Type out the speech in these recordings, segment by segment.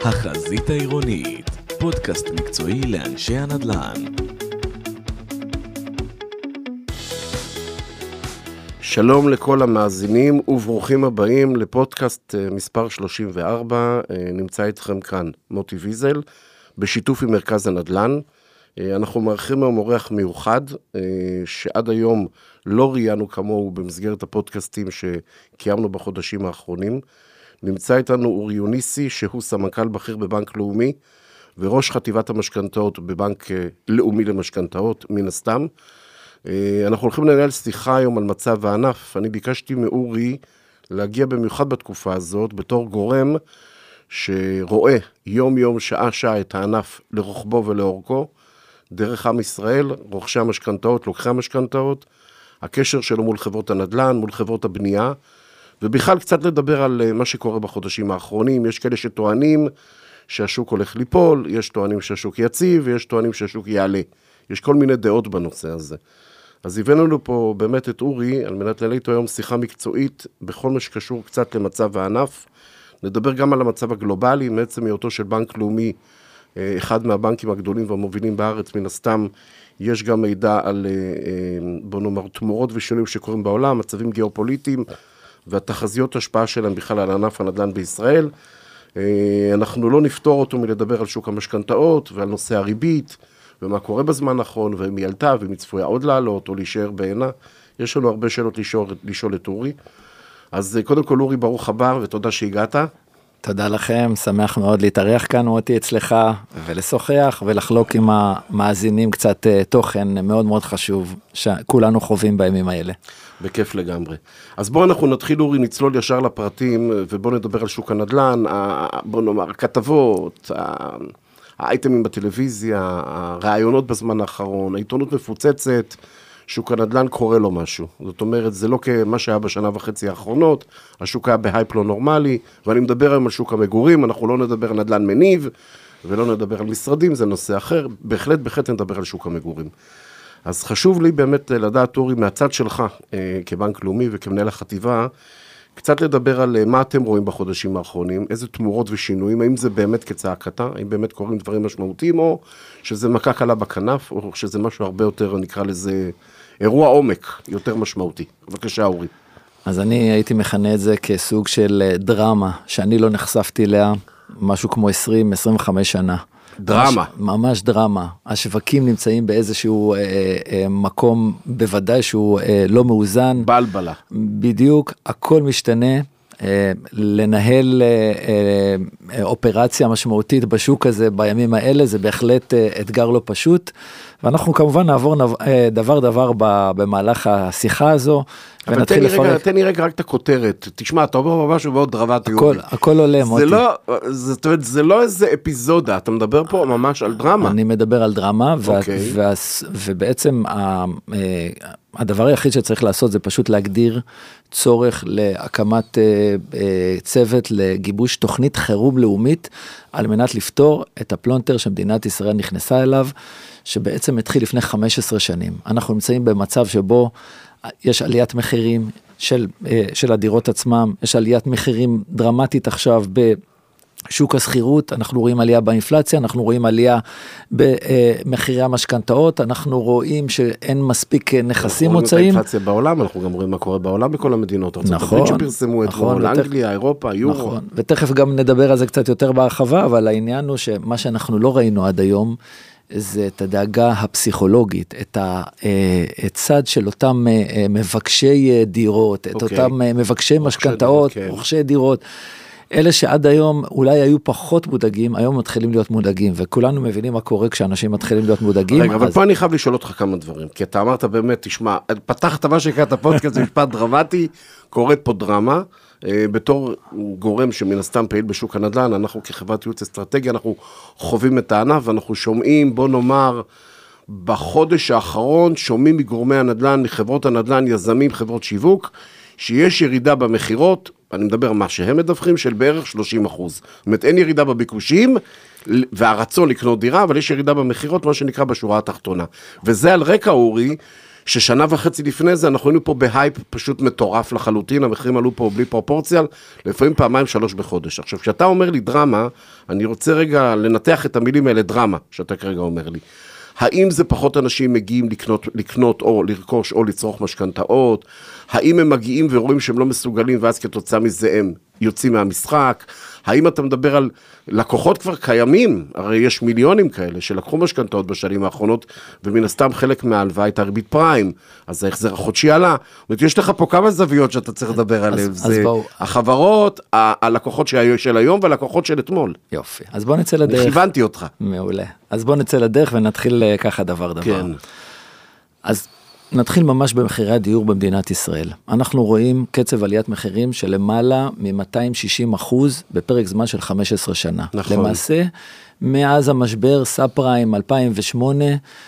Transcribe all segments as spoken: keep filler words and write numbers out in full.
החזית העירונית, פודקאסט מקצועי לאנשי הנדל"ן. שלום לכל המאזינים וברוכים הבאים לפודקאסט מספר שלושים וארבע, נמצא איתכם כאן מוטי ויזל, בשיתוף עם מרכז הנדל"ן. אנחנו מארחים היום אורח מיוחד, שעד היום לא ראיינו כמוהו במסגרת הפודקאסטים שקיימנו בחודשים האחרונים. נמצא איתנו אורי יוניסי, שהוא סמנכ"ל בכיר בבנק לאומי, וראש חטיבת המשכנתאות בבנק לאומי למשכנתאות, מן הסתם. אנחנו הולכים לנהל שיחה היום על מצב הענף. אני ביקשתי מאורי להגיע במיוחד בתקופה הזאת, בתור גורם שרואה יום יום, שעה שעה את הענף לרוחבו ולאורכו, דרך עם ישראל, רוכשי המשכנתאות, לוקחי המשכנתאות, הקשר שלו מול חברות הנדל"ן, מול חברות הבנייה, ובכלל קצת לדבר על מה שקורה בחודשים האחרונים. יש כאלה שטוענים שהשוק הולך ליפול, יש טוענים שהשוק יציב, ויש טוענים שהשוק יעלה. יש כל מיני דעות בנושא הזה. אז הבאנו לנו פה באמת את אורי, על מנת לנהל איתו היום שיחה מקצועית, בכל מה שקשור קצת למצב הענף. נדבר גם על המצב הגלובלי, מעצם היותו של בנק לאומי, אחד מהבנקים הגדולים והמובילים בארץ, מן הסתם, יש גם מידע על, בוא נאמר, תמורות ושינויים שקורים בעולם, מצבים גיאופוליטיים, והתחזיות השפעה שלהם בכלל על ענף הנדל"ן בישראל. אנחנו לא נפתור אותו מלדבר על שוק המשכנתאות ועל נושא הריבית, ומה קורה בזמן האחרון, ומי עלתה, ומי צפויה עוד לעלות, או להישאר בעינה. יש לנו הרבה שאלות לשאול, לשאול את אורי. אז קודם כל, אורי, ברוך הבא, ותודה שהגעת. תודה לכם, שמח מאוד להתארח כאן אותי אצלך, ולשוחח, ולחלוק עם המאזינים קצת תוכן מאוד מאוד חשוב, שכולנו חווים בימים האלה. בכיף לגמרי. אז בואו אנחנו נתחיל, אורי, נצלול ישר לפרטים, ובואו נדבר על שוק הנדל"ן, בואו נאמר, הכתבות, האייטמים בטלוויזיה, הרעיונות בזמן האחרון, העיתונות מפוצצת, שוק הנדל"ן קורה לו משהו. זאת אומרת, זה לא כמה שהיה בשנה וחצי האחרונות, השוק היה בהייפ לא נורמלי, ואני מדבר היום על שוק המגורים, אנחנו לא נדבר על נדל"ן מניב, ולא נדבר על משרדים, זה נושא אחר, בהחלט, בהחלט נדבר על שוק המגורים. אז חשוב לי באמת לדעת, אורי, מהצד שלך, כבנק לאומי וכמנהל החטיבה, קצת לדבר על מה אתם רואים בחודשים האחרונים, איזה תמורות ושינויים, האם זה באמת כצעקתה, האם באמת קורים דברים משמעותיים, או שזה מכה קלה בכנף, או שזה משהו הרבה יותר, נקרא לזה, אירוע עומק, יותר משמעותי. בבקשה, אורי. אז אני הייתי מכנה את זה כסוג של דרמה, שאני לא נחשפתי אליה, משהו כמו עשרים עשרים וחמש שנה. דרמה. ממש, ממש דרמה. השווקים נמצאים באיזשהו אה, אה, מקום, בוודאי שהוא אה, לא מאוזן. בלבלה. בדיוק, הכל משתנה. אה, לנהל אה, אה, אופרציה משמעותית בשוק הזה בימים האלה, זה בהחלט אה, אתגר לא פשוט. ואנחנו כמובן נעבור דבר דבר במהלך השיחה הזו, אבל תן לי רגע, תן לי רגע רק את הכותרת, תשמע, אתה אומר משהו מאוד דרמטי. הכל, הכל עולה, מוטי. זה לא, זאת אומרת, זה לא איזה אפיזודה, אתה מדבר פה ממש על דרמה. אני מדבר על דרמה, ובעצם הדבר היחיד שצריך לעשות זה פשוט להגדיר צורך להקמת צוות לגיבוש תוכנית חירום לאומית, על מנת לפתור את הפלונטר שמדינת ישראל נכנסה אליו, שבעצם התחיל לפני חמש עשרה שנים. אנחנו נמצאים במצב שבו יש עליית מחירים של, של הדירות עצמם, יש עליית מחירים דרמטית עכשיו בשוק הסחירות, אנחנו רואים עלייה באינפלציה, אנחנו רואים עלייה במחירי המשכנתאות, אנחנו רואים שאין מספיק נכסים מוצאים. אנחנו רואים את האינפלציה בעולם, אנחנו גם רואים מה קורה בעולם בכל המדינות. נכון. שפרסמו אתמול, אנגליה, אירופה, יורו. נכון, ותכף גם נדבר על זה קצת יותר בהרחבה, אבל העניין הוא שמה שאנחנו לא ראינו עד היום, זה את הדאגה הפסיכולוגית, את הצד של אותם מבקשי דירות, את אותם מבקשי משכנתאות, רוכשי דירות, אלה שעד היום אולי היו פחות מודאגים, היום מתחילים להיות מודאגים, וכולנו מבינים מה קורה כשאנשים מתחילים להיות מודאגים. רגע, אבל פה אני חייב לשאול אותך כמה דברים, כי אתה אמרת באמת, תשמע, פתחת מה שקראת הפודקאסט, זה משפט דרמטי, קורית פה דרמה, בתור גורם שמן הסתם פעיל בשוק הנדל"ן, אנחנו כחברת ייעוץ אסטרטגי, אנחנו חווים את הענף, ואנחנו שומעים, בוא נאמר, בחודש האחרון, שומעים מגורמי הנדל"ן, מחברות הנדל"ן, יזמים, חברות שיווק, שיש ירידה במחירות, אני מדבר מה שהם מדווחים, של בערך שלושים אחוז. זאת אומרת, אין ירידה בביקושים, והרצון לקנות דירה, אבל יש ירידה במחירות, מה שנקרא בשורה התחתונה. וזה על רקע, אורי, ששנה וחצי לפני זה, אנחנו היינו פה בהייפ פשוט מטורף לחלוטין, המחירים עלו פה בלי פרופורציה, לפעמים פעמיים שלוש בחודש. עכשיו, כשאתה אומר לי דרמה, אני רוצה רגע לנתח את המילים האלה דרמה, שאתה כרגע אומר לי. האם זה פחות אנשים מגיעים לקנות, לקנות או לרכוש או לצרוך משכנתאות? האם הם מגיעים ורואים שהם לא מסוגלים, ואז כתוצאה מזה הם יוצאים מהמשחק? האם אתה מדבר על לקוחות כבר קיימים? הרי יש מיליונים כאלה שלקחו משכנתאות בשנים האחרונות, ומן הסתם חלק מההלוואה הייתה ריבית פריים, אז ההחזר החודשי עלה. זאת אומרת, יש לך פה כמה זוויות שאתה צריך לדבר עליהן. זה החברות, הלקוחות של היום והלקוחות של אתמול. יופי. אז בוא נצא לדרך. כיוונתי אותך. מעולה. אז בוא נצא לדרך ונתחיל ככה דבר דבר. כן. אז נתחיל ממש במחירי הדיור במדינת ישראל. אנחנו רואים קצב עליית מחירים של למעלה מ-מאתיים ושישים אחוז בפרק זמן של חמש עשרה שנה. נכון. למעשה, מאז המשבר סאב-פריים אלפיים ושמונה,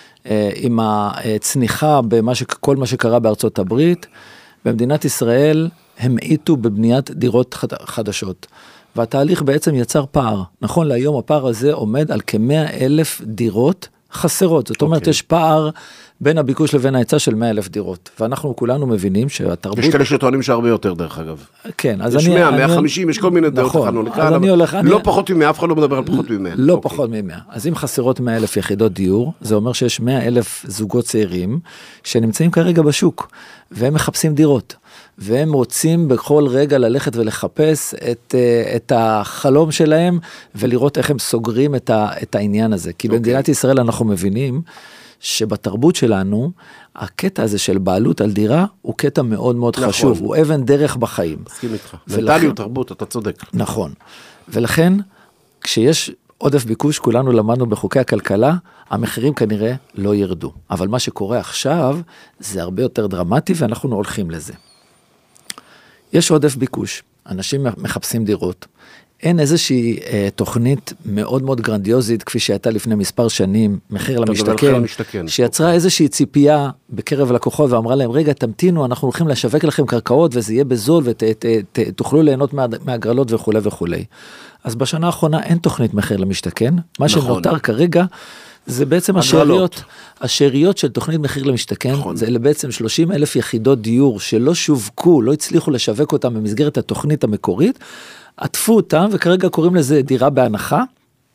עם הצניחה בכל מה שקרה בארצות הברית, במדינת ישראל הם עיתו בבניית דירות חדשות. והתהליך בעצם יצר פער. נכון, להיום הפער הזה עומד על כ-מאה אלף דירות חסרות. זאת אומרת, okay. יש פער בין הביקוש לבין ההיצע של מאה אלף דירות. ואנחנו כולנו מבינים שהתרבות... יש כאלה שטוענים שהרבה יותר דרך אגב. כן, אז יש אני... יש מאה, מאה וחמישים, יש כל מיני דעות. נכון, אז אני הולך... לא פחות ממאה, אף אחד לא מדבר על פחות ממאה. לא פחות ממאה. אז אם חסרות מאה אלף יחידות דיור, זה אומר שיש מאה אלף זוגות צעירים, שנמצאים כרגע בשוק, והם מחפשים דירות. והם רוצים בכל רגע ללכת ולחפש את, את החלום שלהם, ולראות איך הם סוגרים את, ה, את העניין הזה. כי okay. במדינת ישראל אנחנו מבינים, שבתרבות שלנו, הקטע הזה של בעלות על דירה, הוא קטע מאוד מאוד נכון. חשוב, הוא אבן דרך בחיים. מסכים איתך. מנטליות, תרבות, אתה צודק. נכון. ולכן, כשיש עודף ביקוש, כולנו למדנו בחוקי הכלכלה, המחירים כנראה לא ירדו. אבל מה שקורה עכשיו, זה הרבה יותר דרמטי, ואנחנו הולכים לזה. יש עודף ביקוש, אנשים מחפשים דירות, אין איזושהי אה, תוכנית מאוד מאוד גרנדיוזית, כפי שהייתה לפני מספר שנים, מחיר למשתכן, שיצרה איזושהי ציפייה בקרב לקוחות, ואמרה להם, רגע, תמתינו, אנחנו הולכים לשווק לכם קרקעות, וזה יהיה בזול, ותוכלו ליהנות מה, מהגרלות וכו' וכו'. אז בשנה האחרונה אין תוכנית מחיר למשתכן, מה נכון. שנותר כרגע, זה בעצם השאריות, השאריות של תוכנית מחיר למשתכן, נכון. זה בעצם שלושים אלף יחידות דיור, שלא שווקו, לא הצליחו לשווק אותם במסגרת התוכנית המקורית, עטפו אותם, וכרגע קוראים לזה דירה בהנחה,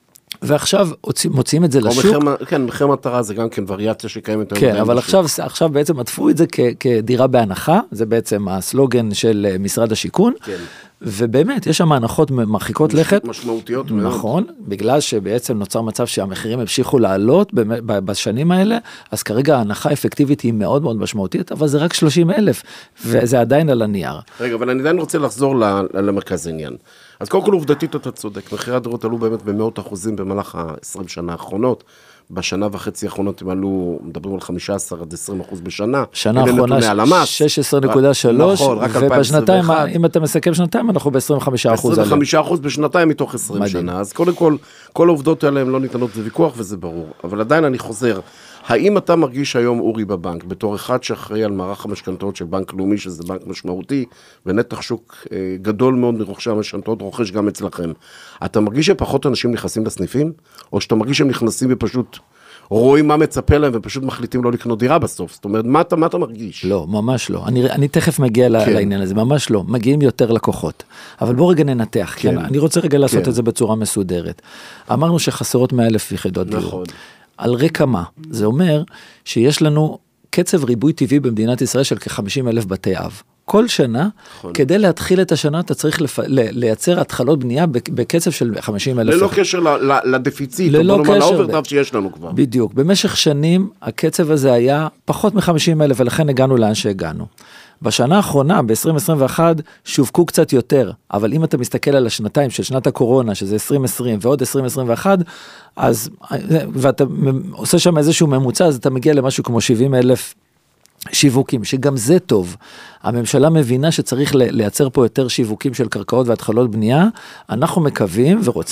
ועכשיו מוציאים את זה לשוק. מחיר, כן, מחיר מטרה זה גם כן וריאציה שקיימת. כן, אבל עכשיו, עכשיו בעצם עטפו את זה כ, כדירה בהנחה, זה בעצם הסלוגן של משרד השיכון, כן. ובאמת, יש שם הנחות מרחיקות לכת. משמעותיות מאוד. נכון, בגלל שבעצם נוצר מצב שהמחירים המשיכו לעלות בשנים האלה, אז כרגע ההנחה אפקטיבית היא מאוד מאוד משמעותית, אבל זה רק שלושים אלף, וזה עדיין על הנייר. רגע, אבל אני עדיין רוצה לחזור למרכז העניין. אז קודם כל עובדתית אתה צודק, מחירי הדירות עלו באמת במאות אחוזים במהלך ה-עשרים שנה האחרונות, בשנה וחצי האחרונות הם עלו, מדברים על חמישה עשר עד עשרים אחוז בשנה. שנה האחרונה שש עשרה נקודה שלוש, ובשנתיים, אם אתה מסכם שנתיים, אנחנו ב-עשרים וחמישה אחוז. עשרים וחמישה אחוז בשנתיים מתוך עשרים שנה. אז קודם כל, כל העובדות האלה הם לא ניתנות לוויכוח, וזה ברור. אבל עדיין אני חוזר, האם אתה מרגיש היום, אורי, בבנק, בתור אחד שאחראי על מערך המשכנתאות של בנק לאומי, שזה בנק משמעותי, ונתח שוק גדול מאוד מרוכשי המשכנתאות, רוכש גם אצלכם. אתה מרגיש שפחות אנשים נכנסים לסניפים? או שאתה מרגיש שהם נכנסים ופשוט רואים מה מצפה להם, ופשוט מחליטים לא לקנות דירה בסוף? זאת אומרת, מה אתה, מה אתה מרגיש? לא, ממש לא. אני, אני תכף מגיע כן. לעניין הזה, ממש לא. מגיעים יותר לקוחות. אבל בוא רגע ננתח, כן. כן. אני רוצה רגע לעשות כן. את זה בצורה מסודרת. אמרנו שחסרות מאה אלף יחידות דיור. נכון. על רקע מה? זה אומר שיש לנו קצב ריבוי טבעי במדינת ישראל של כ-חמישים אלף בתי אב. כל שנה, נכון. כדי להתחיל את השנה, אתה צריך לפ... לייצר התחלות בנייה בקצב של חמישים אלף. ללא קשר לדפיציט, ללא או קשר. לאוברדרפט שיש לנו כבר. בדיוק. במשך שנים, הקצב הזה היה פחות מ-חמישים אלף, ולכן הגענו לאן שהגענו. בשנה האחרונה, ב-עשרים עשרים ואחת, שווקו קצת יותר, אבל אם אתה מסתכל על השנתיים של שנת הקורונה, שזה עשרים עשרים ועוד עשרים עשרים ואחת, אז, ואתה עושה שם איזשהו ממוצע, אז אתה מגיע למשהו כמו שבעים אלף שיווקים, שגם זה טוב. הממשלה מבינה שצריך לייצר פה יותר שיווקים של קרקעות והתחלות בנייה, אנחנו מקווים ורוצים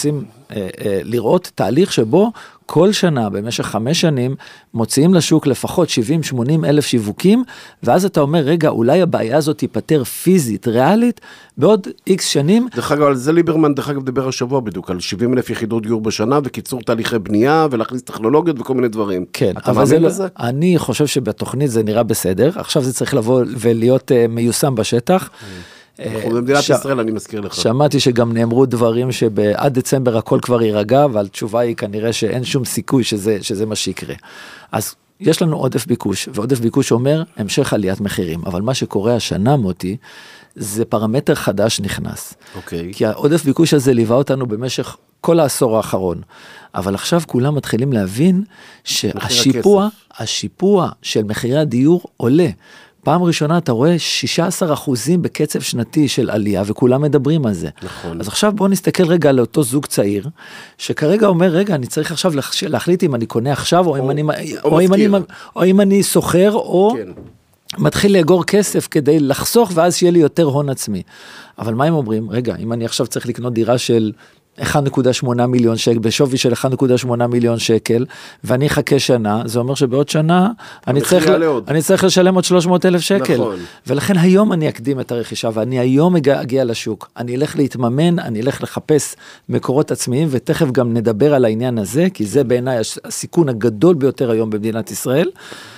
לראות תהליך שבו כל שנה, במשך חמש שנים, מוציאים לשוק לפחות שבעים שמונים אלף שיווקים, ואז אתה אומר, רגע, אולי הבעיה הזאת תיפטר פיזית, ריאלית, בעוד איקס שנים. דרך אגב, על זה ליברמן, דרך אגב, דיבר השבוע בדיוק, על שבעים אלף יחידות דיור בשנה, וקיצור תהליכי בנייה, ולהכניס טכנולוגיות וכל מיני דברים. כן, אתה אבל מאמין זה לזה? לא, אני חושב שבתוכנית זה נראה בסדר, עכשיו זה צריך לבוא ולהיות uh, מיושם בשטח. אנחנו במדינת ש... ישראל, אני מזכיר לך. שמעתי שגם נאמרו דברים שבעד דצמבר הכל כבר יירגע, אבל התשובה היא כנראה שאין שום סיכוי שזה, שזה מה שיקרה. אז יש לנו עודף ביקוש, ועודף ביקוש אומר המשך עליית מחירים, אבל מה שקורה השנה, מוטי, זה פרמטר חדש נכנס. אוקיי. כי העודף ביקוש הזה ליווה אותנו במשך כל העשור האחרון, אבל עכשיו כולם מתחילים להבין שהשיפוע, השיפוע של מחירי הדיור עולה. פעם ראשונה אתה רואה שישה עשר אחוזים בקצב שנתי של עלייה, וכולם מדברים על זה. נכון. אז עכשיו בוא נסתכל רגע על אותו זוג צעיר, שכרגע אומר, רגע, אני צריך עכשיו להחליט אם אני קונה עכשיו, או, או, אם, אני, או, או, אם, אני, או אם אני סוחר, או כן. מתחיל לאגור כסף כדי לחסוך, ואז שיהיה לי יותר הון עצמי. אבל מה הם אומרים? רגע, אם אני עכשיו צריך לקנות דירה של אחד נקודה שמונה מיליון שקל, בשווי של אחד נקודה שמונה מיליון שקל, ואני אחכה שנה, זה אומר שבעוד שנה, אני צריך, אני צריך לשלם עוד שלוש מאות אלף שקל. נכון. ולכן היום אני אקדים את הרכישה, ואני היום אגיע לשוק. אני אלך להתממן, אני אלך לחפש מקורות עצמיים, ותכף גם נדבר על העניין הזה, כי זה בעיניי הסיכון הגדול ביותר היום במדינת ישראל.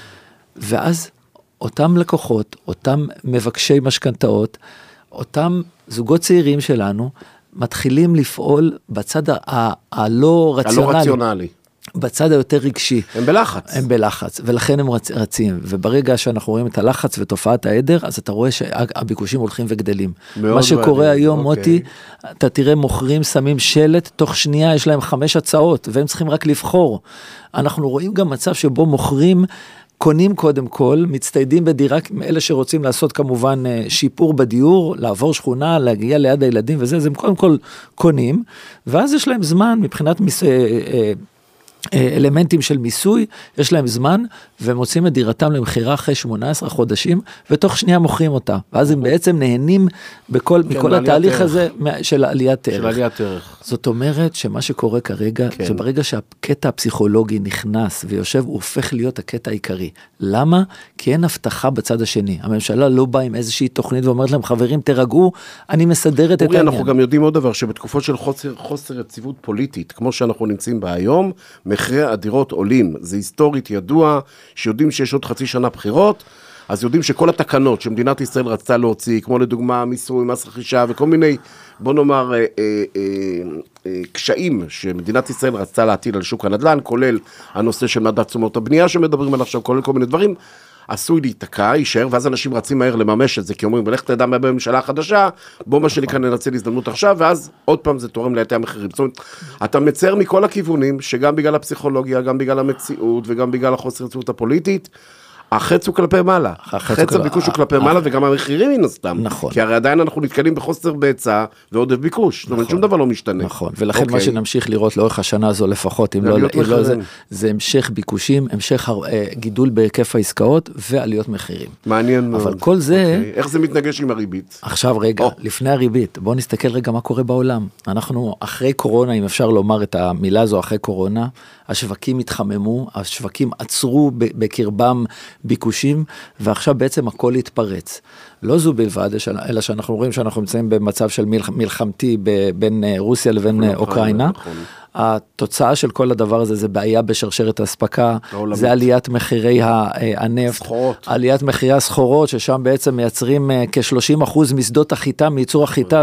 ואז אותם לקוחות, אותם מבקשי משכנתאות, אותם זוגות צעירים שלנו, מתחילים לפעול בצד הלא רציונלי. הלא רציונלי. בצד היותר רגשי. הם בלחץ. הם בלחץ, ולכן הם רצ, רצים. וברגע שאנחנו רואים את הלחץ ותופעת העדר, אז אתה רואה שהביקושים הולכים וגדלים. מה שקורה בעדים. היום, אוקיי. מוטי, אתה תראה מוכרים, שמים שלט, תוך שנייה יש להם חמש הצעות, והם צריכים רק לבחור. אנחנו רואים גם מצב שבו מוכרים, קונים קודם כל, מצטיידים בדירה, אלה שרוצים לעשות כמובן שיפור בדיור, לעבור שכונה, להגיע ליד הילדים וזה, אז הם קודם כל קונים, ואז יש להם זמן מבחינת מיס... אלמנטים של מיסוי, יש להם זמן, והם מוצאים את דירתם למחירה אחרי שמונה עשרה חודשים, ותוך שנייה מוכרים אותה, ואז הם בעצם נהנים בכל, כן, מכל התהליך ערך. הזה של עליית ערך. של עליית ערך. זאת אומרת שמה שקורה כרגע, כן. שברגע שהקטע הפסיכולוגי נכנס ויושב, הוא הופך להיות הקטע העיקרי. למה? כי אין הבטחה בצד השני. הממשלה לא באה עם איזושהי תוכנית ואומרת להם, חברים, תרגעו, אני מסדרת את העניין. אנחנו גם יודעים עוד דבר, שבתקופות של חוסר, חוסר יציבות פוליטית, כמו שאנחנו נמצאים בה היום, מחירי הדירות עולים, זה היסטורית ידוע, שיודעים שיש עוד חצי שנה בחירות, אז יודעים שכל התקנות שמדינת ישראל רצתה להוציא, כמו לדוגמה מיסוי, מס רכישה וכל מיני, בוא נאמר, אה, אה, אה, קשיים שמדינת ישראל רצתה להטיל על שוק הנדל"ן, כולל הנושא של מדד תשומות הבנייה שמדברים על עכשיו, כולל כל מיני דברים, עשוי להיתקע, יישאר, ואז אנשים רצים מהר לממש את זה, כי אומרים, ולך תדע מה בממשלה החדשה, בוא מה שנקרא ננצל הזדמנות עכשיו, ואז עוד פעם זה תורם לעליית המחירים. זאת אומרת, אתה מצייר מכל הכיוונים, שגם בגלל הפסיכולוגיה, גם בגלל המציאות, וגם בגלל החוסר יציבות הפוליטית, החץ הוא כלפי מעלה, החץ הביקוש הוא כלפי מעלה, וגם המחירים מן הסתם, נכון. כי הרי עדיין אנחנו נתקלים בחוסר בהיצע ועודף ביקוש, זאת אומרת, שום דבר לא משתנה. נכון, ולכן מה שנמשיך לראות לאורך השנה הזו לפחות, אם לא זה, זה המשך ביקושים, המשך גידול בהיקף העסקאות ועליות מחירים. מעניין מאוד. אבל כל זה... איך זה מתנגש עם הריבית? עכשיו רגע, לפני הריבית, בואו נסתכל רגע מה קורה בעולם. אנחנו אחרי קורונה, אם אפשר לומר את המילה הזו אחרי קורונה, השווקים התחממו, השווקים עצרו בקרבם ביקושים, ועכשיו בעצם הכל התפרץ. לא זו בלבד, אלא שאנחנו רואים שאנחנו נמצאים במצב של מלחמתי בין רוסיה לבין אוקראינה. התוצאה של כל הדבר הזה זה בעיה בשרשרת הספקה, זה עליית מחירי הנפט, עליית מחירי הסחורות, ששם בעצם מייצרים כ-שלושים אחוז משדות החיטה, מייצור החיטה,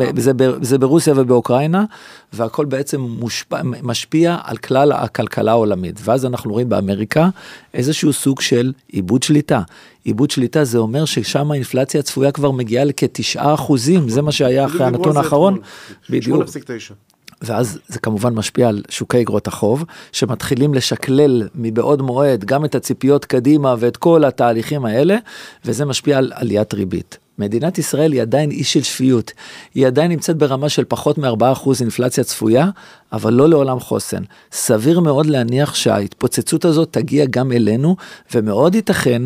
זה ברוסיה ובאוקראינה, והכל בעצם משפיע על כלל הכלכלה העולמית. ואז אנחנו רואים באמריקה איזשהו סוג של איבוד שליטה. איבוד שליטה זה אומר ששם האינפלציה הצפויה כבר מגיעה לכ-תשעה אחוזים, זה מה שהיה אחרי הנתון האחרון. שמונה נקודה תשע. ואז זה כמובן משפיע על שוקי אגרות החוב, שמתחילים לשקלל מבעוד מועד גם את הציפיות קדימה ואת כל התהליכים האלה, וזה משפיע על עליית ריבית. מדינת ישראל היא עדיין אי של שפיות, היא עדיין נמצאת ברמה של פחות מ-ארבעה אחוז אינפלציה צפויה, אבל לא לעולם חוסן. סביר מאוד להניח שההתפוצצות הזאת תגיע גם אלינו, ומאוד ייתכן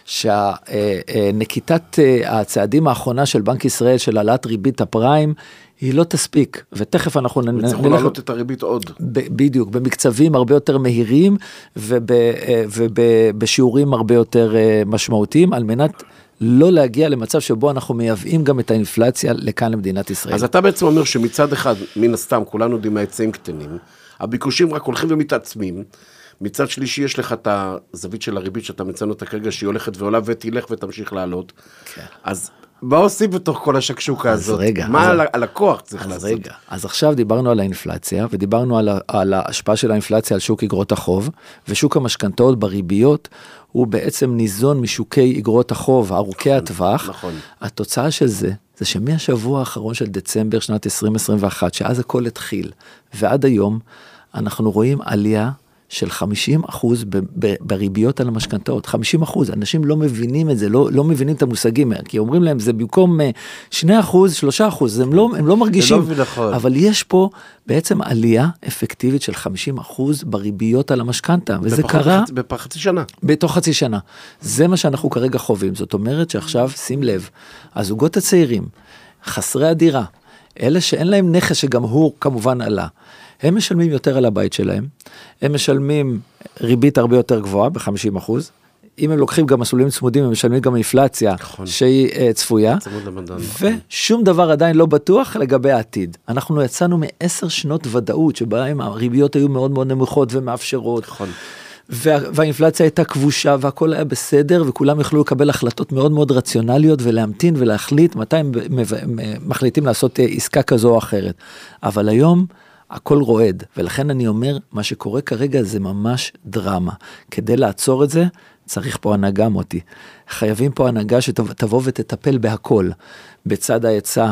שהנקיטת הצעדים האחרונה של בנק ישראל, של העלאת ריבית הפריים, היא לא תספיק, ותכף אנחנו נלך... וצריכו להעלות את הריבית עוד. בדיוק, במקצבים הרבה יותר מהירים, ובשיעורים הרבה יותר משמעותיים, על מנת לא להגיע למצב שבו אנחנו מייבאים גם את האינפלציה לכאן למדינת ישראל. אז אתה בעצם אומר שמצד אחד, מן הסתם, כולנו יודעים מהיצעים קטנים, הביקושים רק הולכים ומתעצמים, מצד שלישי יש לך את הזווית של הריבית שאתה מציינו אותה כרגע, שהיא הולכת ועולה ותלך ותמשיך לעלות. כן. אז מה עושים בתוך כל השקשוקה הזאת? רגע, מה אז... הלקוח צריך אז לעשות? רגע. אז עכשיו דיברנו על האינפלציה, ודיברנו על, ה... על ההשפעה של האינפלציה על שוק אגרות החוב, ושוק המשכנתאות בריביות, הוא בעצם ניזון משוקי אגרות החוב, ארוכי נכון, הטווח. נכון. התוצאה של זה, זה שמהשבוע האחרון של דצמבר שנת עשרים עשרים ואחת, שאז הכל התחיל, ועד היום, אנחנו רואים עלייה של חמישים אחוז ב- ב- בריביות על המשכנתאות, חמישים אחוז, אנשים לא מבינים את זה, לא, לא מבינים את המושגים, כי אומרים להם, זה במקום שני אחוז, שלושה אחוז, הם לא, הם לא מרגישים, לא אבל יש פה בעצם עלייה אפקטיבית של חמישים אחוז בריביות על המשכנתה, וזה קרה... חצי, בפח חצי שנה. בתוך חצי שנה. זה מה שאנחנו כרגע חווים, זאת אומרת שעכשיו, שים לב, הזוגות הצעירים, חסרי הדירה, אלה שאין להם נכס שגם הוא כמובן עלה, הם משלמים יותר על הבית שלהם, הם משלמים ריבית הרבה יותר גבוהה, ב-חמישים אחוז, אם הם לוקחים גם מסלולים צמודים, הם משלמים גם אינפלציה, נכון. שהיא uh, צפויה, ושום דבר עדיין לא בטוח לגבי העתיד. אנחנו יצאנו מעשר שנות ודאות, שבהם הריביות היו מאוד מאוד נמוכות ומאפשרות, נכון. וה, והאינפלציה הייתה כבושה, והכל היה בסדר, וכולם יכלו לקבל החלטות מאוד מאוד רציונליות, ולהמתין ולהחליט מתי הם מחליטים לעשות עסקה כזו או אחרת. אבל היום, הכל רועד, ולכן אני אומר, מה שקורה כרגע זה ממש דרמה. כדי לעצור את זה, צריך פה הנהגה מוטי. חייבים פה הנהגה שתבוא ותטפל בהכל. בצד ההיצע,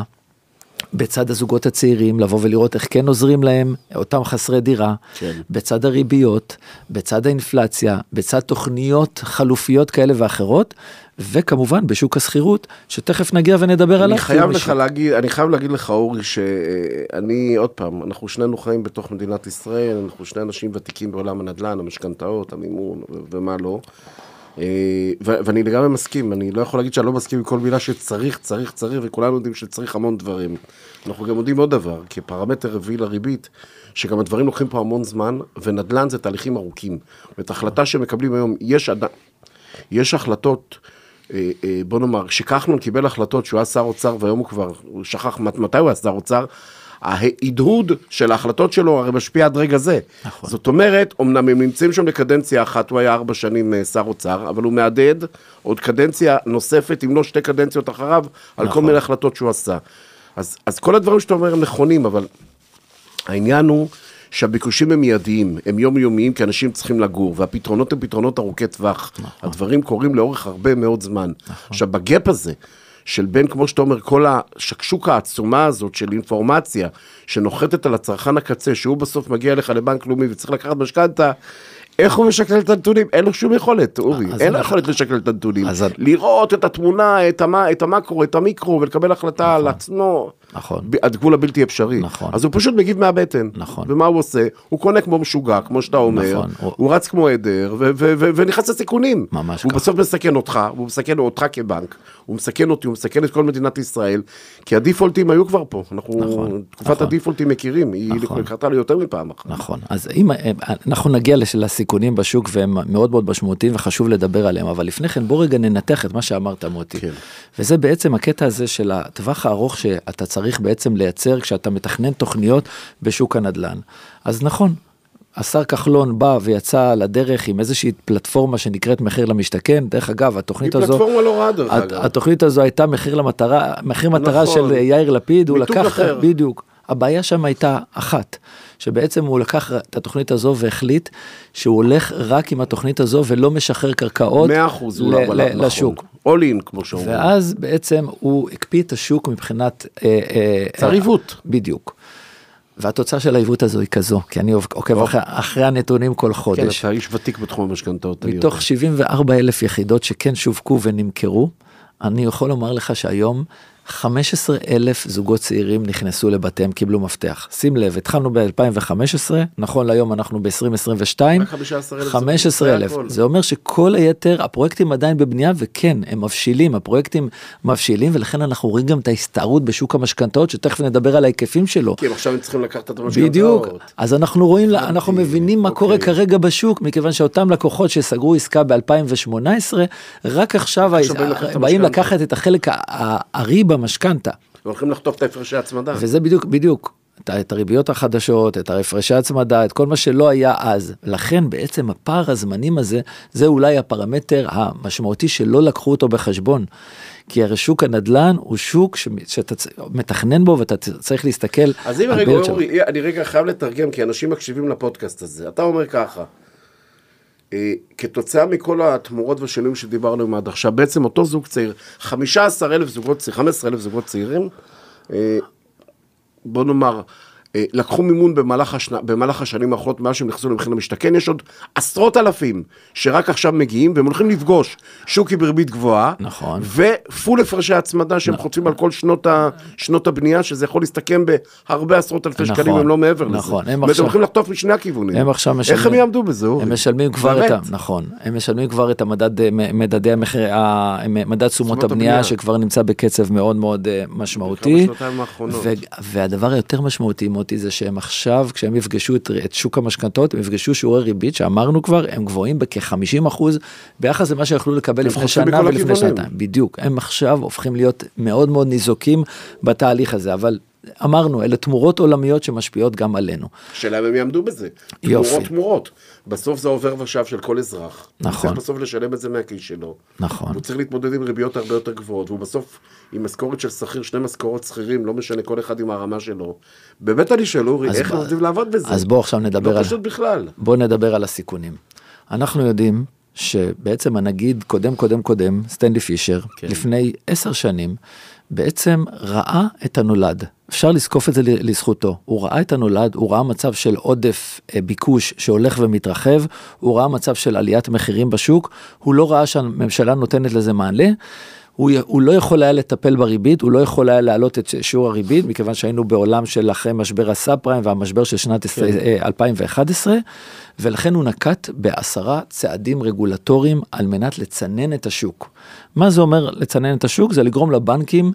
בצד הזוגות הצעירים, לבוא ולראות איך כן עוזרים להם, אותם חסרי דירה, כן. בצד הריביות, בצד האינפלציה, בצד תוכניות חלופיות כאלה ואחרות, וכמובן בשוק הסחירות, שתכף נגיע ונדבר עליו. אני חייב לך להגיד, אני חייב להגיד לך, אורי, שאני, עוד פעם, אנחנו שנינו חיים בתוך מדינת ישראל, אנחנו שני אנשים ותיקים בעולם הנדל"ן, המשכנתאות, המימון ומה לא, ואני לגמרי מסכים, אני לא יכול להגיד שאני לא מסכים עם כל מילה שצריך, צריך, צריך, וכולנו יודעים שצריך המון דברים. אנחנו גם יודעים עוד דבר, כפרמטר רביעי לריבית, שגם הדברים לוקחים פה המון זמן, ונדל"ן זה תהליכים ארוכים. ואת ההחלטה שמקבלים היום, יש, יש החלטות, בוא נאמר, שכחלון קיבל החלטות שהוא היה שר אוצר, והיום הוא כבר, הוא שכח מתי הוא היה שר אוצר, ההדהוד של ההחלטות שלו הרי משפיע עד רגע זה. נכון. זאת אומרת, אמנם הם נמצאים שם לקדנציה אחת, הוא היה ארבע שנים שר אוצר, אבל הוא מהדהד עוד קדנציה נוספת, אם לא שתי קדנציות אחריו, על נכון. כל מיני החלטות שהוא עשה. אז, אז כל הדברים שאתה אומר הם נכונים, אבל העניין הוא שהביקושים הם מיידיים, הם יומיומיים, כי אנשים צריכים לגור, והפתרונות הם פתרונות ארוכי טווח. נכון. הדברים קורים לאורך הרבה מאוד זמן. נכון. עכשיו, בגאפ הזה, של בין, כמו שאתה אומר, כל השקשוקה העצומה הזאת של אינפורמציה, שנוחתת על הצרכן הקצה, שהוא בסוף מגיע לך לבנק לאומי, וצריך לקחת משכנתה, איך הוא משקלל את הנתונים? אין לו שום יכולת, אורי, אין לו יכולת לשקלל את הנתונים. לראות את התמונה, את המקרו, את המיקרו, ולקבל החלטה על עצמו, עד גבול הבלתי אפשרי. אז הוא פשוט מגיב מהבטן. ומה הוא עושה? הוא קונה כמו משוגע, כמו שאתה אומר, הוא רץ כמו עדר, ונכנס לסיכונים. הוא בסוף מסכן אותך, הוא מסכן אותך כבנק, הוא מסכן אותי, הוא מסכן את כל מדינת ישראל, כי הדיפולטים היו כבר פה. תקופת הדיפולטים מכירים, היא קרתה לו יותר מפעם אחת. נכון. אז אם אנחנו נגיע לסיכונים בשוק, והם מאוד מאוד משמעותיים, וחשוב לדבר עליהם, אבל לפני כן בוא רגע ננתח את מה שאמרת מוטי. וזה בעצם הקטע הזה של הטווח הארוך שאתה צריך בעצם לייצר כשאתה מתכנן תוכניות בשוק הנדל"ן. אז נכון, השר כחלון בא ויצא לדרך עם איזושהי פלטפורמה שנקראת מחיר למשתכן. דרך אגב, התוכנית הזו, היא פלטפורמה לא רעה דרך אגב. התוכנית הזו הייתה מחיר למטרה, מחיר מטרה של יאיר לפיד, הוא לקח בדיוק. הבעיה שם הייתה אחת, שבעצם הוא לקח את התוכנית הזו והחליט שהוא הולך רק עם התוכנית הזו ולא משחרר קרקעות לשוק. אולין, כמו שאומרים. ואז בעצם הוא הקפיא את השוק מבחינת... צריבות. בדיוק. והתוצאה של העיוות הזו היא כזו, כי אני עוקב אחרי הנתונים כל חודש. כן, אתה איש ותיק בתחום המשכנתאות. מתוך שבעים וארבע אלף יחידות שכן שווקו ונמכרו, אני יכול לומר לך שהיום חמישה עשר אלף זוגות צעירים נכנסו לבתיהם, קיבלו מפתח. שים לב, התחלנו ב-אלפיים וחמש עשרה, נכון להיום אנחנו ב-עשרים עשרים ושתיים, חמישה עשר אלף. זה אומר שכל היתר, הפרויקטים עדיין בבנייה, וכן, הם מבשילים, הפרויקטים מבשילים, ולכן אנחנו רואים גם את ההסתערות בשוק המשכנתאות, שתכף נדבר על ההיקפים שלו. כי עכשיו הם צריכים לקחת את המשכנתאות. בדיוק. אז אנחנו רואים, אנחנו מבינים מה קורה כרגע בשוק, מכיוון שאותם לקוחות שסגרו עסקה ב-אלפיים ושמונה עשרה, רק עכשיו באים לקחת את החלק הארי במשכנתה. והולכים לחטוף את ההפרשי הצמדה. וזה בדיוק, בדיוק. את הריביות החדשות, את ההפרשי הצמדה, את כל מה שלא היה אז. לכן בעצם הפער הזמנים הזה, זה אולי הפרמטר המשמעותי שלא לקחו אותו בחשבון. כי הרי שוק הנדל"ן הוא שוק שאתה מתכנן בו ואתה צריך להסתכל. אז אם רגע, אורי, אני רגע חייב לתרגם, כי אנשים מקשיבים לפודקאסט הזה. אתה אומר ככה, כתוצאה מכל התמורות והשינויים שדיברנו עם עד עכשיו, בעצם אותו זוג צעיר, חמישה עשר אלף זוגות צעירים, חמישה עשר אלף זוגות צעירים, בוא נאמר, לקחו מימון במהלך, השנה, במהלך השנים האחרונות, מאז שהם נכנסו למחיר למשתכן, יש עוד עשרות אלפים שרק עכשיו מגיעים, והם הולכים לפגוש שוקי בריבית גבוהה, נכון. ופול הפרשי הצמדה שהם נכון. חוצים על כל שנות, ה, שנות הבנייה, שזה יכול להסתכם בהרבה עשרות אלפי נכון. שקלים, הם לא מעבר נכון. לזה. והם הולכים לחטוף משני הכיוונים. הם עכשיו משלמים. איך הם יעמדו בזה? הם משלמים כבר את ה... נכון. הם משלמים כבר את המדד, מדדי המחיר, מדד תשומות הבנייה, שכבר נמצא בקצב מאוד מאוד משמעותי. והדבר היותר משמעותי אותי זה שהם עכשיו, כשהם יפגשו את, את שוק המשכנתאות, הם יפגשו שיעורי ריבית, שאמרנו כבר, הם גבוהים בכ-חמישים אחוז, ביחס למה שיכולו לקבל לפני שנה ולפני שנתיים. בדיוק, הם עכשיו הופכים להיות מאוד מאוד ניזוקים בתהליך הזה, אבל אמרנו, אלה תמורות עולמיות שמשפיעות גם עלינו. שלהם הם יעמדו בזה. יופי. תמורות תמורות. בסוף זה עובר ושב של כל אזרח. נכון. הוא צריך בסוף לשלם את זה מהכיס שלו. נכון. הוא צריך להתמודד עם ריביות הרבה יותר גבוהות, והוא בסוף עם משכורת של שכיר, שני משכורות שכירים, לא משנה כל אחד עם הרמה שלו. באמת אני שואל, אורי, איך הם עובדים לעבוד בזה? אז בוא עכשיו נדבר לא על... פשוט בכלל. בוא נדבר על הסיכונים. אנחנו יודעים שבעצם הנגיד קודם קודם קודם, סטנלי פישר, כן. לפני עשר שנים, בעצם ראה את הנולד. אפשר לזקוף את זה לזכותו. הוא ראה את הנולד, הוא ראה מצב של עודף ביקוש שהולך ומתרחב, הוא ראה מצב של עליית מחירים בשוק, הוא לא ראה שהממשלה נותנת לזה מענה, הוא, הוא לא יכול היה לטפל בריבית, הוא לא יכול היה להעלות את שיעור הריבית, מכיוון שהיינו בעולם של אחרי משבר הסאב פריים והמשבר של שנת כן. אלפיים ואחת עשרה, ולכן הוא נקט בעשרה צעדים רגולטוריים על מנת לצנן את השוק. מה זה אומר לצנן את השוק? זה לגרום לבנקים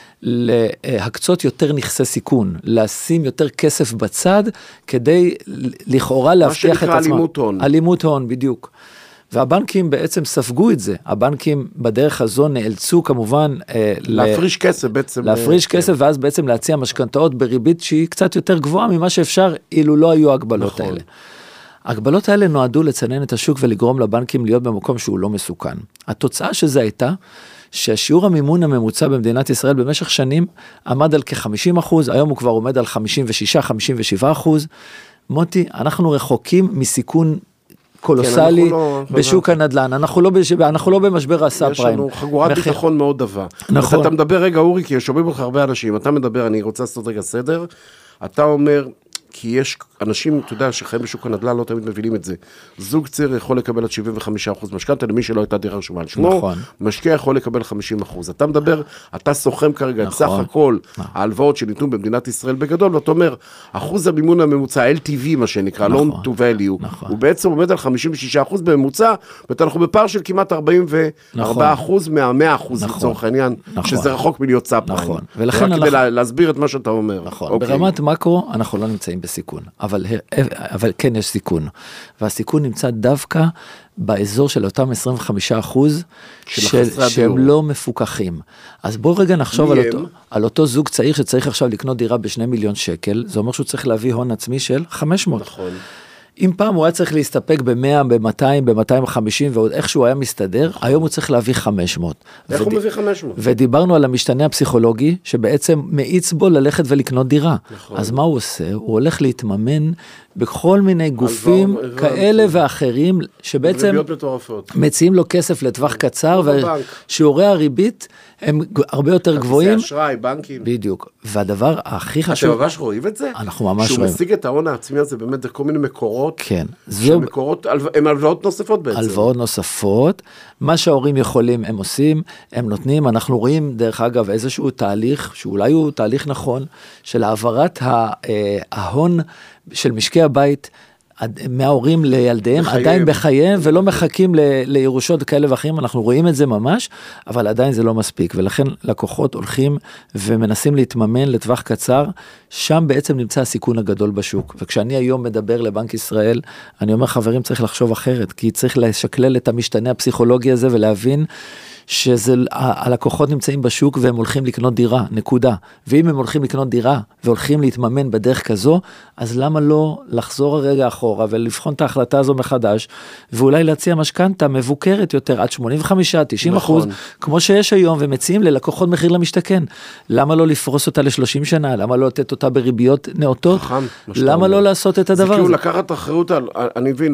להקצות יותר נכסי סיכון, לשים יותר כסף בצד, כדי לכאורה להבטיח את עצמם. מה שנקרא אלימות הון. אלימות הון, בדיוק. והבנקים בעצם ספגו את זה. הבנקים בדרך הזו נאלצו כמובן... להפריש כסף בעצם. להפריש כסף, ואז בעצם להציע משכנתאות בריבית שהיא קצת יותר גבוהה ממה שאפשר, אילו לא היו הגבלות האלה. ההגבלות האלה נועדו לצנן את השוק ולגרום לבנקים להיות במקום שהוא לא מסוכן. התוצאה שזה הייתה, שהשיעור המימון הממוצע במדינת ישראל במשך שנים עמד על כ-חמישים אחוז, היום הוא כבר עומד על חמישים ושש חמישים ושבע אחוז. מוטי, אנחנו רחוקים מסיכון קולוסלי כן, לא, בשוק לא הנדל"ן, אנחנו לא, אנחנו לא במשבר הסאב פריים. יש לנו חגורת מחיר... ביטחון מאוד דבה. נכון. אתה מדבר רגע אורי, כי שומעים לך הרבה אנשים, אתה מדבר, אני רוצה לעשות רגע סדר, אתה אומר, כי יש אנשים, אתה יודע, שחיים בשוק הנדל"ן לא תמיד מבינים את זה. זוג צעיר יכול לקבל עד שבעים וחמישה אחוז משכנתא, למי שלא הייתה דירה רשומה על שמו, נכון. משקיע יכול לקבל חמישים אחוז. אתה מדבר, אתה סוכם כרגע את סך הכל ההלוואות שניתנו במדינת ישראל בגדול, ואתה אומר, אחוז המימון הממוצע, אל טי וי מה שנקרא, loan to value, הוא בעצם עומד על חמישים ושישה אחוז בממוצע, ואנחנו בפער של כמעט ארבעים וארבעה אחוז מה-מאה אחוז לצורך העניין, שזה רחוק מלהיות סאב פריים. רק כדי להסביר את מה שאתה אומר. נכון. ברמת מקרו, אנחנו לא נמצאים בסיכון, אבל, אבל כן יש סיכון, והסיכון נמצא דווקא באזור של אותם עשרים וחמישה אחוז של, שהם לא מפוקחים. אז בואו רגע נחשוב על אותו, על אותו זוג צעיר שצריך עכשיו לקנות דירה בשני מיליון שקל, זה אומר שהוא צריך להביא הון עצמי של חמש מאות. נכון. אם פעם הוא היה צריך להסתפק ב-מאה, ב-מאתיים, ב-מאתיים וחמישים, ועוד איכשהו היה מסתדר, היום הוא צריך להביא חמש מאות. איך הוא מביא חמש מאות? ודיברנו על המשתנה הפסיכולוגי, שבעצם מאיץ בו ללכת ולקנות דירה. אז מה הוא עושה? הוא הולך להתממן בכל מיני גופים כאלה ואחרים, שבעצם מציעים לו כסף לטווח קצר, ושיעורי הריבית הם הרבה יותר גבוהים. כרטיסי אשראי, בנקים. בדיוק. והדבר הכי חשוב... אתם ממש רואים את זה? אנחנו ממש רואים. שהוא משיג את ההון העצמי הזה באמת, זה כל מיני מקורות, מקורות, כן. שמקורות, הם הלוואות נוספות בעצם. הלוואות נוספות, מה שההורים יכולים הם עושים, הם נותנים, אנחנו רואים דרך אגב איזשהו תהליך, שאולי הוא תהליך נכון, של העברת ההון של משקי הבית, מההורים לילדיהם, בחיים. עדיין בחייהם, ולא מחכים ל, לירושות כאלה ואחרים, אנחנו רואים את זה ממש, אבל עדיין זה לא מספיק, ולכן לקוחות הולכים ומנסים להתממן לטווח קצר, שם בעצם נמצא הסיכון הגדול בשוק, וכשאני היום מדבר לבנק ישראל, אני אומר חברים צריך לחשוב אחרת, כי צריך לשקלל את המשתנה הפסיכולוגי הזה, ולהבין שהלקוחות נמצאים בשוק והם הולכים לקנות דירה, נקודה. ואם הם הולכים לקנות דירה והולכים להתממן בדרך כזו, אז למה לא לחזור הרגע אחורה ולבחון את ההחלטה הזו מחדש, ואולי להציע משכנתה מבוקרת יותר, עד שמונים וחמישה עד תשעים אחוז, כמו שיש היום, ומציעים ללקוחות מחיר למשתכן. למה לא לפרוס אותה ל-שלושים שנה? למה לא לתת אותה בריביות נאותות? למה לא לעשות את הדבר הזה? זה כאילו לקחת אחריות, אני מבין,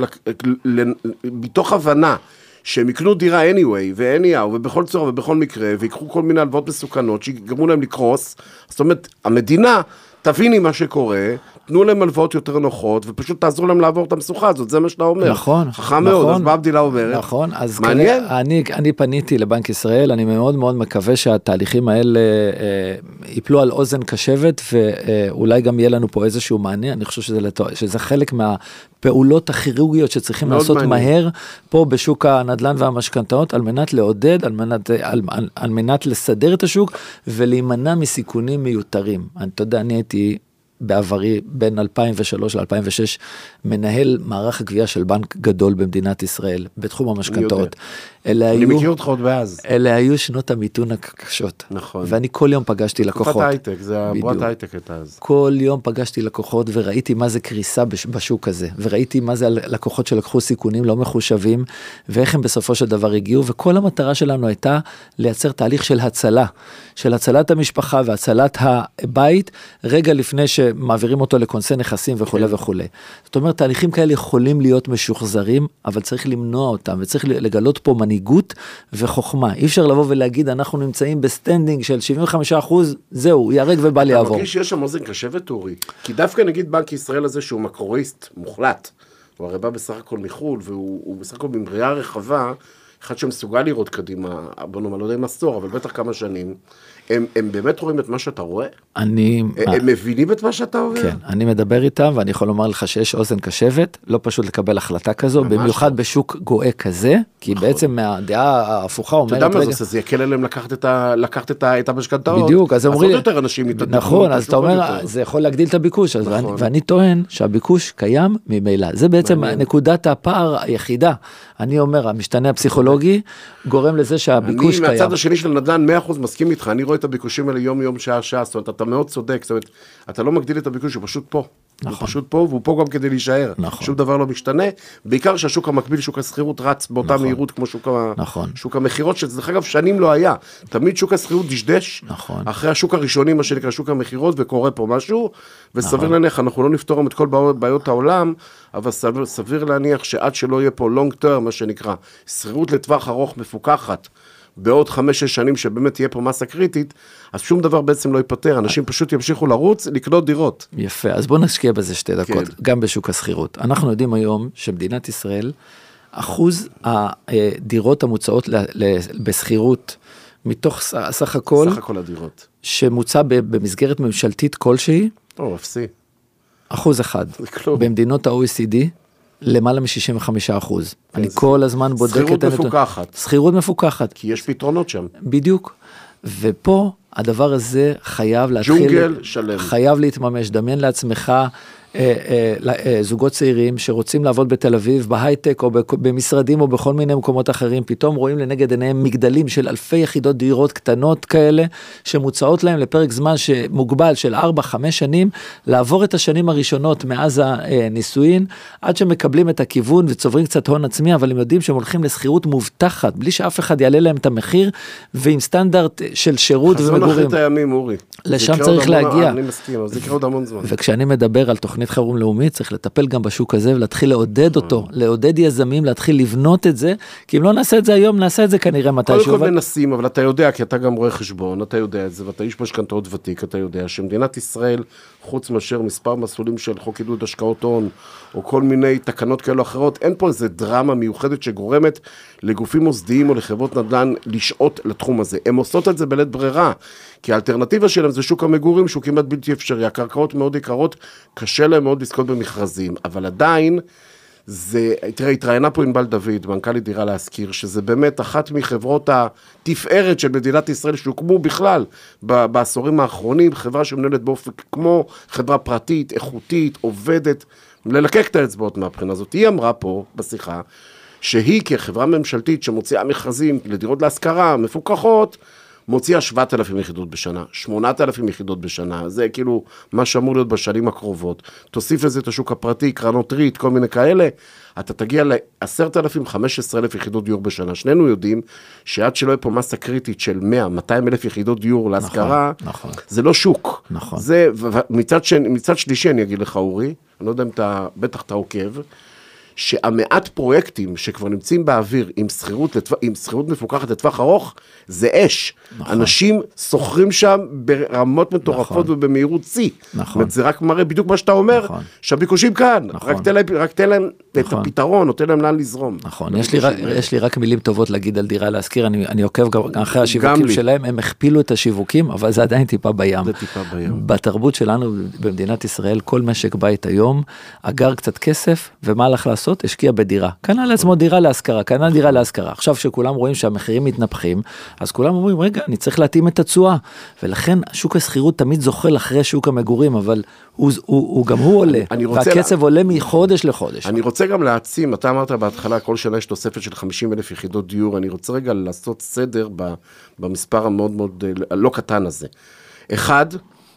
מתוך הבנה, שהם יקנו דירה anyway, ו-anyhow, ובכל צורה ובכל מקרה, ויקחו כל מיני הלוואות מסוכנות, שיגרמו להם לקרוס. זאת אומרת, המדינה תביני מה שקורה, תנו להם הלוואות יותר נוחות, ופשוט תעזרו להם לעבור את המשוכה הזאת, זה מה שאתה אומר. נכון. חכם מאוד, אז מה הבדילה אומרת? נכון, אז מעניין. אני, אני פניתי לבנק ישראל, אני מאוד מאוד מקווה שהתהליכים האלה אה, ייפלו על אוזן קשבת, ואולי גם יהיה לנו פה איזשהו מענה, אני חושב שזה, שזה חלק מהפעולות הכירורגיות שצריכים לעשות מעניין. מהר, פה בשוק הנדל"ן והמשכנתאות, על מנת לעודד, על מנת, על, על, על מנת לסדר את השוק, ולהימנע מסיכונים מיותרים. אני, אתה יודע, אני הייתי בעברי בין אלפיים ושלוש ל-אלפיים ושש מנהל מערך הגבייה של בנק גדול במדינת ישראל, בתחום המשכנתאות. אני היו, מכיר אותך עוד באז. אלה היו שנות המיתון הקשות. נכון. ואני כל יום פגשתי לקוחות. תקופת הייטק, זה הבועת הייטק הייתה אז. כל יום פגשתי לקוחות וראיתי מה זה קריסה בשוק הזה, וראיתי מה זה לקוחות שלקחו סיכונים לא מחושבים, ואיך הם בסופו של דבר הגיעו, וכל המטרה שלנו הייתה לייצר תהליך של הצלה, של הצלת המשפחה והצלת הבית, רגע לפני שמעבירים אותו לקונסי נכסים וכו' וכו'. זאת אומרת, תהליכים כאלה יכולים להיות משוחזרים, אבל צריך למנוע אותם, וצריך לגלות פה מנהיגות וחוכמה. אי אפשר לבוא ולהגיד, אנחנו נמצאים בסטנדינג של שבעים וחמישה אחוז, זהו, ירק ובל יעבור. אתה מרגיש שיש שם אוזן קשבת, אורי? כי דווקא נגיד בנק ישראל הזה, שהוא מקוריסט מוחלט, הוא הרי בא בסך הכל מחול, והוא בסך הכל במריאה רחבה, אחד שמסוגל לראות קדימה, בוא נאמר, לא יודע אם עשור, אבל בטח כמה שנים, הם, הם באמת רואים את מה שאתה רואה? אני... הם, הם מבינים את מה שאתה אומר? כן, אני מדבר איתם, ואני יכול לומר לך שיש אוזן קשבת, לא פשוט לקבל החלטה כזו, במיוחד לא. בשוק גואה כזה, כי נכון. בעצם מהדעה ההפוכה אומרת... אתה יודע מה זה, זה יקל עליהם לקחת את, ה, לקחת את, ה, את המשכנתאות. בדיוק, אז אומרים... אז עוד יותר אנשים מתעדכנו. נכון, אז אתה אומר, יותר. זה יכול להגדיל את הביקוש, נכון. ואני, ואני טוען שהביקוש קיים ממילא. זה בעצם מעניין. נקודת הפער היחידה. אני אומר, המשתנה הפסיכולוגי גורם לזה שהביקוש אני, קיים. מהצד השני של הנדל"ן, מאה אחוז מסכים איתך, אני רואה את הביקושים האלה יום יום שעה שעה, זאת אומרת, אתה מאוד צודק, זאת אומרת, אתה לא מגדיל את הביקוש, הוא פשוט פה. נכון. הוא פשוט פה, והוא פה גם כדי להישאר. נכון. שום דבר לא משתנה, בעיקר שהשוק המקביל, שוק הסחירות רץ באותה נכון. מהירות כמו שוק, נכון. שוק המחירות, שזה דרך אגב שנים לא היה. תמיד שוק הסחירות דשדש, נכון. אחרי השוק הראשוני, מה שנקרא שוק המחירות, וקורה פה משהו, וסביר נכון. להניח, אנחנו לא נפתור את כל בעיות העולם, אבל סביר, סביר להניח שעד שלא יהיה פה long term, מה שנקרא, סחירות לטווח ארוך מפוקחת, בעוד חמש, שש שנים שבאמת תהיה פה מסה קריטית, אז שום דבר בעצם לא ייפטר, אנשים פשוט ימשיכו לרוץ, לקנות דירות. יפה, אז בואו נשקיע בזה שתי דקות, כן. גם בשוק הסחירות. אנחנו יודעים היום שמדינת ישראל, אחוז הדירות המוצאות בסחירות, מתוך סך הכל, סך הכל הדירות. שמוצא במסגרת ממשלתית כלשהי, או, אפסי. אחוז אחד. במדינות ה-או אי סי די, למעלה מ-שישים וחמישה אחוז. אני כל הזמן בודק את... סחירות מפוקחת. סחירות מפוקחת. כי יש פתרונות שם. בדיוק. ופה הדבר הזה חייב להתחיל... ג'ונגל שלם. חייב להתממש. דמיין לעצמך זוגות צעירים שרוצים לעבוד בתל אביב, בהייטק או במשרדים או בכל מיני מקומות אחרים, פתאום רואים לנגד עיניהם מגדלים של אלפי יחידות דירות קטנות כאלה, שמוצאות להם לפרק זמן שמוגבל של ארבע חמש שנים, לעבור את השנים הראשונות מאז הנישואין, עד שמקבלים את הכיוון וצוברים קצת הון עצמי, אבל הם יודעים שהם הולכים לסחירות מובטחת, בלי שאף אחד יעלה להם את המחיר, ועם סטנדרט של שירות ומגורים. חזון אחרית הימים, אורי. לשם צריך להגיע. אני מסכים, זה יקרה עוד המון זמן. וכשאני מדבר על תוכנית תוכנית חירום לאומית, צריך לטפל גם בשוק הזה, ולהתחיל לעודד אותו, לעודד יזמים, להתחיל לבנות את זה, כי אם לא נעשה את זה היום, נעשה את זה כנראה מתישהו. קודם כל מנסים, אבל אתה יודע, כי אתה גם רואה חשבון, אתה יודע את זה, ואתה איש משכנתאות ותיק, אתה יודע שמדינת ישראל, חוץ מאשר מספר מסלולים של חוק עידוד השקעות הון, או כל מיני תקנות כאלו אחרות, אין פה איזה דרמה מיוחדת שגורמת לגופים מוסדיים או לחברות נדל"ן לשעות לתחום הזה. הם עושות את זה בלית ברירה, כי האלטרנטיבה שלהם זה שוק המגורים, שהוא כמעט בלתי אפשרי. הקרקעות מאוד יקרות, קשה להם מאוד לזכות במכרזים, אבל עדיין, זה, תראה, התראיינה פה ענבל דוד, מנכ"לית דירה להשכיר, שזה באמת אחת מחברות התפארת של מדינת ישראל, שהוקמו בכלל בעשורים האחרונים, חברה שמנהלת באופן כמו חברה פרטית, איכותית, עובדת, ללקק את האצבעות מהבחינה הזאת. היא אמרה פה בשיחה, שהיא כחברה ממשלתית שמוציאה מכרזים לדירות להשכרה, מפוקחות, מוציאה שבעת אלפים יחידות בשנה, שמונת אלפים יחידות בשנה, זה כאילו מה שאמור להיות בשנים הקרובות. תוסיף לזה את השוק הפרטי, קרנות ריט, כל מיני כאלה, אתה תגיע ל-עשרת אלפים, חמישה עשר אלף יחידות דיור בשנה. שנינו יודעים שעד שלא יהיה פה מסה קריטית של מאה, מאתיים אלף יחידות דיור להשכרה, נכון, נכון. זה לא שוק. נכון. זה, מצד, שני, מצד שלישי אני אגיד לך, אורי, אני לא יודע אם אתה, בטח אתה עוקב, שהמעט פרויקטים שכבר נמצאים באוויר עם שכירות, עם שכירות מפוקחת לטווח ארוך, זה אש. נכון. אנשים סוחרים שם ברמות מטורפות נכון. ובמהירות צי. נכון. זה רק מראה בדיוק מה שאתה אומר, נכון. שהביקושים כאן. נכון. רק תן להם, רק תן להם נכון. את הפתרון, או תן להם לאן לזרום. נכון. יש לי, רק, יש לי רק מילים טובות להגיד על דירה להשכיר, אני, אני עוקב גם אחרי השיווקים שלהם, הם הכפילו את השיווקים, אבל זה עדיין טיפה בים. זה טיפה בים. בתרבות שלנו במדינת ישראל, כל משק בית היום, אגר קצת כסף, ומה הלך לעשות? השקיע בדירה. קנה לעצמו דירה להשכרה, קנה דירה להשכרה. עכשיו שכולם רואים שהמחירים מתנפחים, אז כולם אומרים, רגע, אני צריך להתאים את התשואה. ולכן שוק השכירות תמיד זוחל אחרי שוק המגורים, אבל הוא, הוא, הוא גם הוא עולה. והקצב לה... עולה מחודש לחודש. אני רוצה גם להעצים, אתה אמרת בהתחלה, כל שנה יש תוספת של חמישים אלף יחידות דיור, אני רוצה רגע לעשות סדר במספר המאוד מאוד לא קטן הזה. אחד,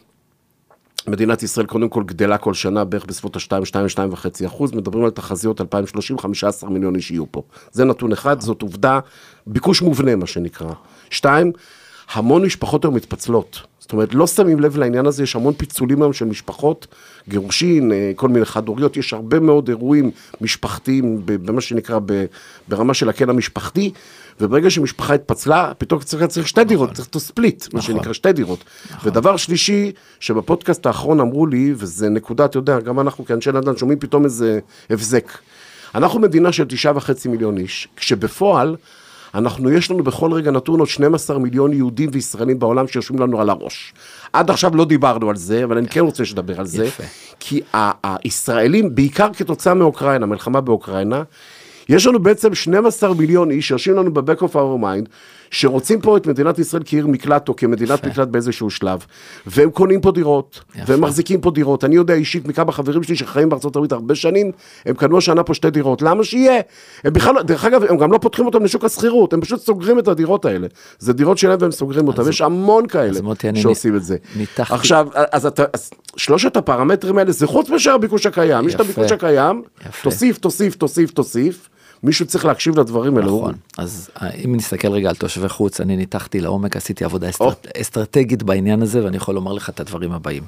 מדינת ישראל קודם כל גדלה כל שנה בערך בסביבות ה-שתיים, שתיים, שתיים וחצי אחוז, מדברים על תחזיות אלפיים ושלושים, חמישה עשר מיליון איש יהיו פה. זה נתון אחד, זאת עובדה, ביקוש מובנה מה שנקרא. שתיים, המון משפחות היום מתפצלות. זאת אומרת, לא שמים לב לעניין הזה, יש המון פיצולים היום של משפחות, גירושין, כל מיני חד-הוריות, יש הרבה מאוד אירועים משפחתיים, במה שנקרא ברמה של הקן המשפחתי, וברגע שמשפחה התפצלה, פתאום צריך, צריך שתי דירות, צריך to split, מה שנקרא שתי דירות. ודבר שלישי, שבפודקאסט האחרון אמרו לי, וזה נקודה, אתה יודע, גם אנחנו כאנשי נדל"ן שומעים פתאום איזה הבזק. אנחנו מדינה של תשעה וחצי מיליון איש, כשבפועל, אנחנו, יש לנו בכל רגע נתון עוד שנים עשר מיליון יהודים וישראלים בעולם שיושבים לנו על הראש. עד עכשיו לא דיברנו על זה, אבל אני כן רוצה שדבר על זה, כי הישראלים, בעיקר כתוצאה מאוקראינה, מלחמה באוקראינה, יש לנו בעצם שנים עשר מיליון איש שיושבים לנו ב-back of our mind, שרוצים פה את מדינת ישראל כעיר מקלט או כמדינת מקלט באיזשהו שלב, והם קונים פה דירות, והם מחזיקים פה דירות. אני יודע אישית מכמה חברים שלי שחיים בארצות הברית הרבה שנים, הם קנו השנה פה שתי דירות. למה שיהיה? הם בכלל, דרך אגב, הם גם לא פותחים אותם לשוק השכירות, הם פשוט סוגרים את הדירות האלה. זה דירות שלהם והם סוגרים אותם. יש המון כאלה שעושים את זה. עכשיו, אז שלושת הפרמטרים האלה, זה חוץ מאשר הביקוש הקיים. יש את הביקוש הקיים, תוסיף, תוסיף, תוסיף, תוסיף. מישהו צריך להקשיב לדברים האלה. נכון, אז אם נסתכל רגע על תושבי חוץ, אני ניתחתי לעומק, עשיתי עבודה אסטרטגית בעניין הזה, ואני יכול לומר לך את הדברים הבאים.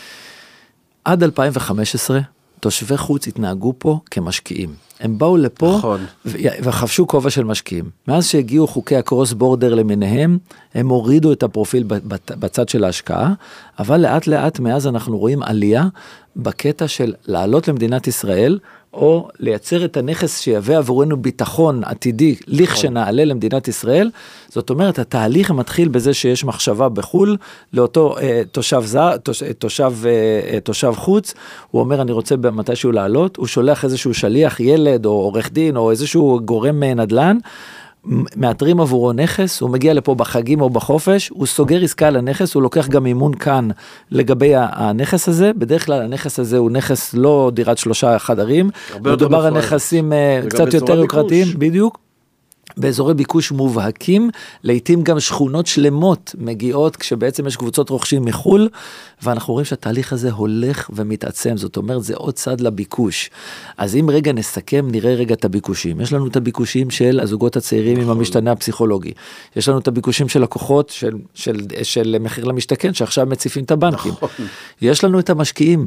עד אלפיים וחמש עשרה, תושבי חוץ התנהגו פה כמשקיעים. הם באו לפה נכון. וחפשו כובע של משקיעים. מאז שהגיעו חוקי הקרוס בורדר למיניהם, הם הורידו את הפרופיל בצד של ההשקעה, אבל לאט לאט מאז אנחנו רואים עלייה בקטע של לעלות למדינת ישראל, או לייצר את הנכס שיביא עבורנו ביטחון עתידי, ליך שנעלה למדינת ישראל. זאת אומרת, התהליך מתחיל בזה שיש מחשבה בחול, לאותו אה, תושב, זר, תוש, תושב, אה, תושב חוץ, הוא אומר, אני רוצה מתישהו לעלות, הוא שולח איזשהו שליח, ילד או עורך דין, או איזשהו גורם נדל"ן, מאתרים עבורו נכס, הוא מגיע לפה בחגים או בחופש, הוא סוגר עסקה על הנכס, הוא לוקח גם אימון כאן לגבי הנכס הזה, בדרך כלל הנכס הזה הוא נכס לא דירת שלושה חדרים, מדובר על נכסים קצת יותר יוקרתיים, בדיוק, באזורי ביקוש מובהקים, לעתים גם שכונות שלמות מגיעות, כשבעצם יש קבוצות רוכשים מחול, ואנחנו רואים שהתהליך הזה הולך ומתעצם, זאת אומרת, זה עוד צד לביקוש. אז אם רגע נסכם, נראה רגע את הביקושים. יש לנו את הביקושים של הזוגות הצעירים עם המשתנה הפסיכולוגי. יש לנו את הביקושים של לקוחות, של, של, של מחיר למשתכן, שעכשיו מציפים את הבנקים. יש לנו את המשקיעים,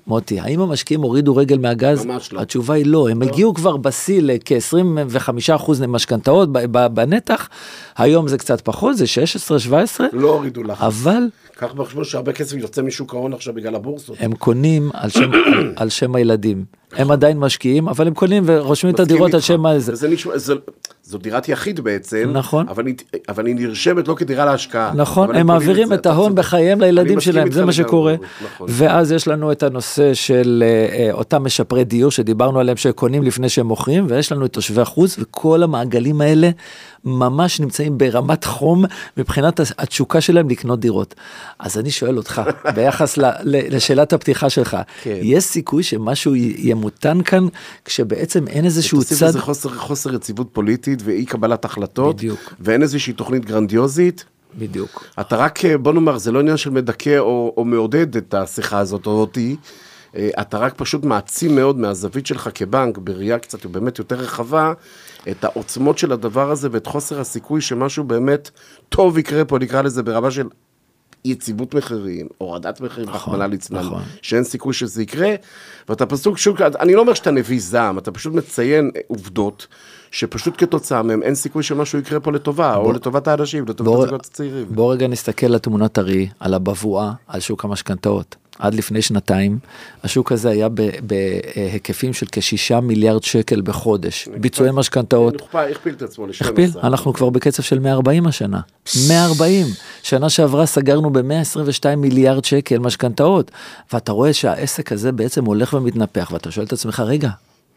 מוטי, האם המשקיעים הורידו רגל מהגז? ממש לא. התשובה היא לא, הם הגיעו כבר בשיא לכ-עשרים וחמישה אחוז משכנתאות בנתח, היום זה קצת פחות, זה שש עשרה שבע עשרה. לא הורידו לך. אבל... כך בחשבון שהרבה כסף יוצא משוק ההון עכשיו בגלל הבורסות. הם קונים על שם, על, על שם הילדים. הם עדיין משקיעים, אבל הם קונים ורושמים את הדירות על שם מה זה. וזה נשמע, זה, זו דירת יחיד בעצם. נכון. אבל, אבל היא נרשמת לא כדירה להשקעה. נכון, הם מעבירים את, את ההון בחייהם לילדים שלהם, זה מה שקורה. נכון. ואז יש לנו את הנושא של אה, אותם משפרי דיור שדיברנו עליהם שקונים לפני שהם מוכרים, ויש לנו את תושבי החוץ, וכל המעגלים האלה ממש נמצאים ברמת חום מבחינת התשוקה שלהם לקנות דירות. אז אני שואל אותך, ביחס לשאלת הפתיחה שלך, כן. יש סיכוי שמשהו ימותן כאן, כשבעצם אין איזשהו צד... תוסיף איזה חוסר, חוסר יציבות פוליטית, ואי קבלת החלטות, בדיוק. ואין איזושהי תוכנית גרנדיוזית. בדיוק. אתה רק, בוא נאמר, זה לא עניין של מדכא או, או מעודד את השיחה הזאת או אותי, אתה רק פשוט מעצים מאוד מהזווית שלך כבנק, בראייה קצת באמת יותר רחבה, את העוצמות של הדבר הזה, ואת חוסר הסיכוי שמשהו באמת טוב יקרה פה, נקרא לזה ברמה של יציבות מחירים, הורדת מחירים, רחמנא ליצלן, נכון. שאין סיכוי שזה יקרה, ואתה פשוט, שוק, אני לא אומר שאתה נביא זעם, אתה פשוט מציין עובדות, שפשוט כתוצאה מהם אין סיכוי שמשהו יקרה פה לטובה, בוא, או לטובת האנשים, לטובת הזוגות הצעירים. בוא רגע נסתכל לתמונת הראי, על הבבואה, על שוק המשכנתאות. עד לפני שנתיים, השוק הזה היה בהיקפים של כשישה מיליארד שקל בחודש, ביצועי משכנתאות. הכפיל את עצמו ל-שתים עשרה. הכפיל, אנחנו כבר בקצב של מאה וארבעים השנה. מאה וארבעים. שנה שעברה סגרנו ב-מאה עשרים ושתיים מיליארד שקל משכנתאות, ואתה רואה שהעסק הזה בעצם הולך ומתנפח, ואתה שואל את עצמך, רגע,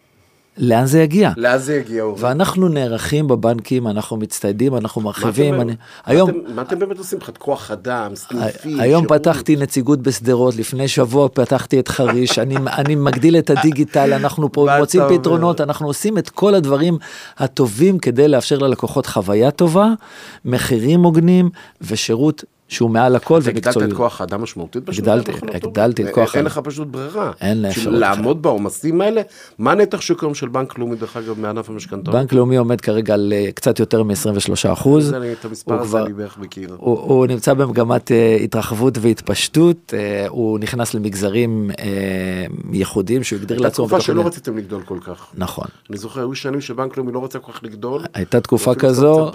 לאן זה יגיע? לאן זה יגיע? ואנחנו נערכים בבנקים, אנחנו מצטיידים, אנחנו מרחיבים. מה אתם באמת עושים? חד כוח אדם, סניפים? היום פתחתי נציגות בסדרות, לפני שבוע פתחתי את חריש, אני מגדיל את הדיגיטל, אנחנו פה מוצאים פתרונות, אנחנו עושים את כל הדברים הטובים כדי לאפשר ללקוחות חוויה טובה, מחירים הוגנים ושירות שהוא מעל הכל ומקצועיות. הגדלת את כוח האדם משמעותית בשביל? הגדלתי, הגדלתי את כוח האדם. אין לך פשוט ברירה. אין אפשרות. בשביל לעמוד בעומסים האלה, מה נתח שוק היום של בנק לאומי, דרך אגב, מענף המשכנתאות? בנק לאומי עומד כרגע על קצת יותר מ-עשרים ושלושה אחוז. את המספר הזה אני בערך מכיר. הוא נמצא במגמת התרחבות והתפשטות, הוא נכנס למגזרים ייחודיים, שהוא הגדיר לעצמו. הייתה תקופה שלא רציתם לגדול כל כך. נכון. אני זוכר, היו שנים שבנק לאומי לא רצה כל כך לגדול. הייתה תקופה כזו,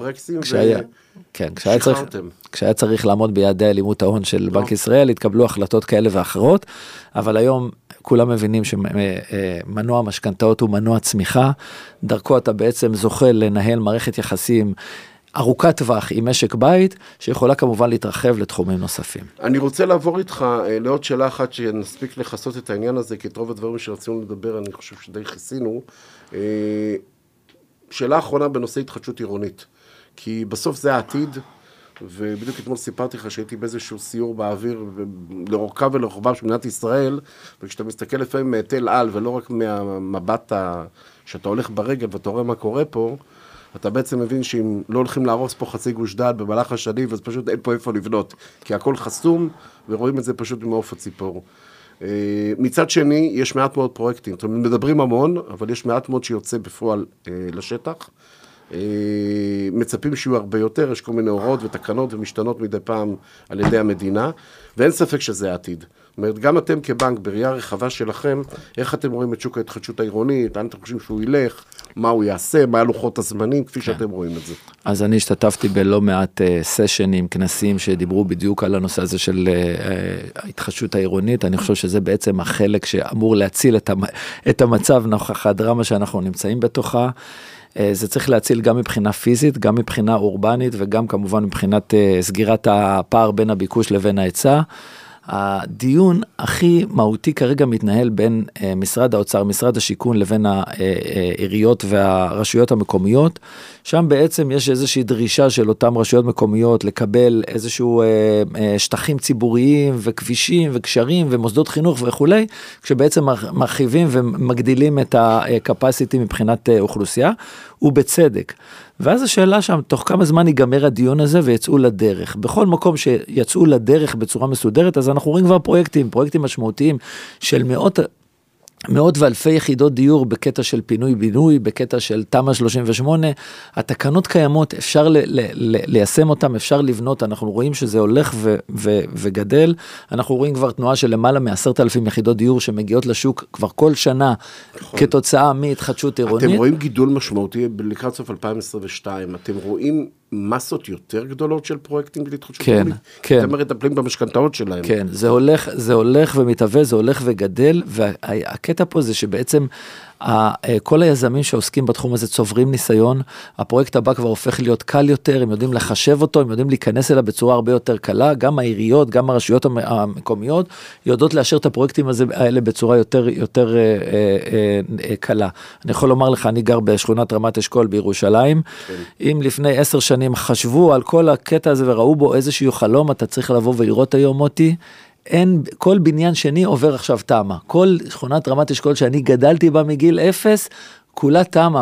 כן, כשהיה צריך, כשהיה צריך לעמוד ביעדי אלימות ההון של בנק ישראל, התקבלו החלטות כאלה ואחרות, אבל היום כולם מבינים שמנוע משכנתאות הוא מנוע צמיחה, דרכו אתה בעצם זוכה לנהל מערכת יחסים ארוכת טווח עם משק בית, שיכולה כמובן להתרחב לתחומים נוספים. אני רוצה לעבור איתך לעוד שאלה אחת שנספיק לחסות את העניין הזה, כי את רוב הדברים שרצינו לדבר, אני חושב שדי חיסינו. שאלה אחרונה בנושא התחדשות עירונית. כי בסוף זה העתיד, ובדיוק אתמול סיפרתי לך שהייתי באיזשהו סיור באוויר, לרוחבה ולרוחבה של מדינת ישראל, וכשאתה מסתכל לפעמים מתל על, ולא רק מהמבט שאתה הולך ברגל ואתה רואה מה קורה פה, אתה בעצם מבין שאם לא הולכים להרוס פה חצי גוש דעת במהלך השנים, אז פשוט אין פה איפה לבנות, כי הכל חסום, ורואים את זה פשוט ממעוף הציפור. מצד שני, יש מעט מאוד פרויקטים, זאת אומרת, מדברים המון, אבל יש מעט מאוד שיוצא בפועל לשטח, מצפים שיהיו הרבה יותר, יש כל מיני הוראות ותקנות ומשתנות מדי פעם על ידי המדינה, ואין ספק שזה העתיד. זאת אומרת, גם אתם כבנק, בראייה רחבה שלכם, איך אתם רואים את שוק ההתחדשות העירונית, לאן אתם חושבים שהוא ילך, מה הוא יעשה, מה הלוחות הזמנים, כפי שאתם רואים את זה. אז אני השתתפתי בלא מעט סשנים, כנסים, שדיברו בדיוק על הנושא הזה של ההתחדשות העירונית, אני חושב שזה בעצם החלק שאמור להציל את המצב נוכח הדרמה שאנחנו נמצאים בתוכה, זה צריך להציל גם מבחינה פיזית, גם מבחינה אורבנית, וגם כמובן מבחינת סגירת הפער בין הביקוש לבין ההיצע. הדיון הכי מהותי כרגע מתנהל בין משרד האוצר, משרד השיכון, לבין העיריות והרשויות המקומיות, שם בעצם יש איזושהי דרישה של אותם רשויות מקומיות לקבל איזשהו שטחים ציבוריים וכבישים וקשרים ומוסדות חינוך וכו', כשבעצם מרחיבים ומגדילים את הקפסיטי מבחינת אוכלוסייה, ובצדק. ואז השאלה שם, תוך כמה זמן ייגמר הדיון הזה ויצאו לדרך. בכל מקום שיצאו לדרך בצורה מסודרת, אז אנחנו רואים כבר פרויקטים, פרויקטים משמעותיים של מאות, מאות ואלפי יחידות דיור בקטע של פינוי-בינוי, בקטע של תמ"א שלושים ושמונה, התקנות קיימות, אפשר ל- ל- ל- ליישם אותם, אפשר לבנות, אנחנו רואים שזה הולך ו- ו- וגדל, אנחנו רואים כבר תנועה של למעלה מעשרת אלפים יחידות דיור שמגיעות לשוק כבר כל שנה, נכון. כתוצאה מהתחדשות עירונית. אתם רואים גידול משמעותי לקראת סוף אלפיים עשרים ושתיים, אתם רואים מסות יותר גדולות של פרויקטים להתחדשות עירונית? כן, כן. אתם מטפלים במשכנתאות שלהם. כן, זה הולך, זה הולך ומתהווה, זה הולך וגדל, והקטע פה זה שבעצם כל היזמים שעוסקים בתחום הזה צוברים ניסיון, הפרויקט הבא כבר הופך להיות קל יותר, הם יודעים לחשב אותו, הם יודעים להיכנס אליו בצורה הרבה יותר קלה, גם העיריות, גם הרשויות המקומיות, יודעות לאשר את הפרויקטים האלה בצורה יותר, יותר אה, אה, אה, קלה. אני יכול לומר לך, אני גר בשכונת רמת אשכול בירושלים, כן. אם לפני עשר שנים חשבו על כל הקטע הזה וראו בו איזשהו חלום, אתה צריך לבוא ולראות היום אותי, אין, כל בניין שני עובר עכשיו תמ"א, כל שכונת רמת אשכול שאני גדלתי בה מגיל אפס, כולה תמ"א,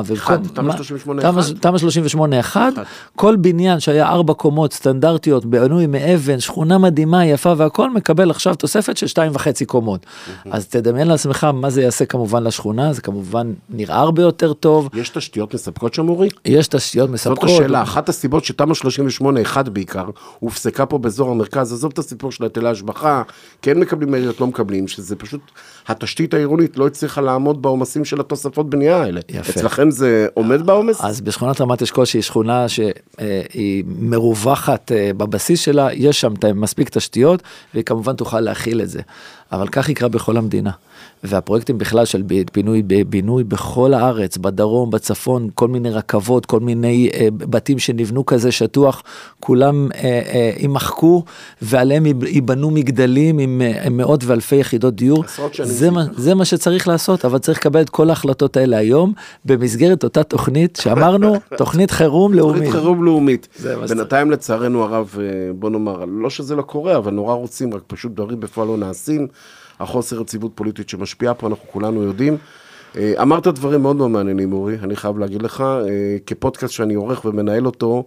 תמ"א שלושים ושמונה אחת, כל בניין שהיה ארבע קומות סטנדרטיות, בנוי מאבן, שכונה מדהימה, יפה, והכל מקבל עכשיו תוספת של שתיים וחצי קומות. אז תדמיין לעצמך מה זה יעשה כמובן לשכונה, זה כמובן נראה הרבה יותר טוב. יש תשתיות מספקות שם, אורי? יש תשתיות מספקות. זאת השאלה, אחת הסיבות שתמ"א שלושים ושמונה אחת בעיקר, הופסקה פה באזור המרכז, עזוב את הסיפור של היטלי השבחה, כן מקבלים מעיריות, לא מקבלים, שזה פשוט התשתית העירונית לא הצליחה לעמוד בעומסים של התוספות בנייה האלה. יפה. אצלכם זה עומד בעומס? אז בשכונת רמת אשכול, שהיא שכונה שהיא מרווחת בבסיס שלה, יש שם מספיק תשתיות, והיא כמובן תוכל להכיל את זה. אבל כך יקרה בכל המדינה. והפרויקטים בכלל של פינוי בינוי בכל הארץ, בדרום, בצפון, כל מיני רכבות, כל מיני אה, בתים שנבנו כזה שטוח, כולם אה, אה, יימחקו, ועליהם ייבנו מגדלים עם, עם מאות ואלפי יחידות דיור. זה מה, זה מה שצריך לעשות, אבל צריך לקבל את כל ההחלטות האלה היום, במסגרת אותה תוכנית שאמרנו, תוכנית חירום לאומית. תוכנית חירום לאומית. בינתיים לצערנו הרב, בוא נאמר, לא שזה לא קורה, אבל נורא רוצים, רק פשוט דברים בפועל לא נעשים. החוסר רציבות פוליטית שמשפיעה פה, אנחנו כולנו יודעים. אמרת דברים מאוד מאוד מעניינים, אורי, אני חייב להגיד לך, כפודקאסט שאני עורך ומנהל אותו,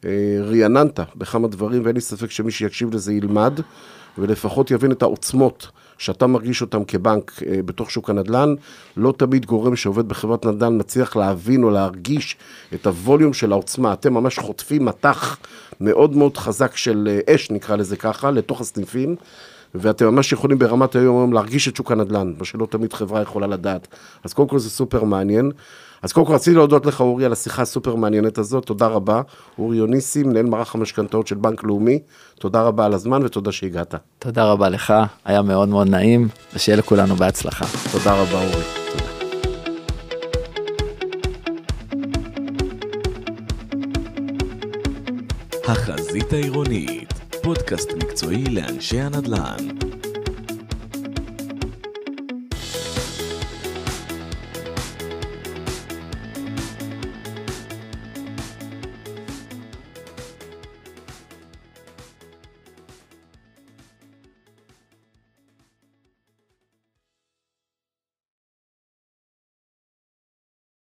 רעננת בכמה דברים, ואין לי ספק שמי שיקשיב לזה ילמד, ולפחות יבין את העוצמות שאתה מרגיש אותם כבנק בתוך שוק הנדל"ן, לא תמיד גורם שעובד בחברת נדל"ן מצליח להבין או להרגיש את הווליום של העוצמה. אתם ממש חוטפים מתח מאוד מאוד חזק של אש, נקרא לזה ככה, לתוך הסניפים, ואתם ממש יכולים ברמת היום היום להרגיש את שוק הנדל"ן, מה שלא תמיד חברה יכולה לדעת. אז קודם כל זה סופר מעניין. אז קודם כל רציתי להודות לך, אורי, על השיחה הסופר מעניינת הזאת. תודה רבה. אורי יוניסי, מנהל מערך המשכנתאות של בנק לאומי. תודה רבה על הזמן ותודה שהגעת. תודה רבה לך, היה מאוד מאוד נעים, ושיהיה לכולנו בהצלחה. תודה רבה, אורי. תודה. החזית העירונית, פודקאסט מקצועי לאנשי הנדל"ן.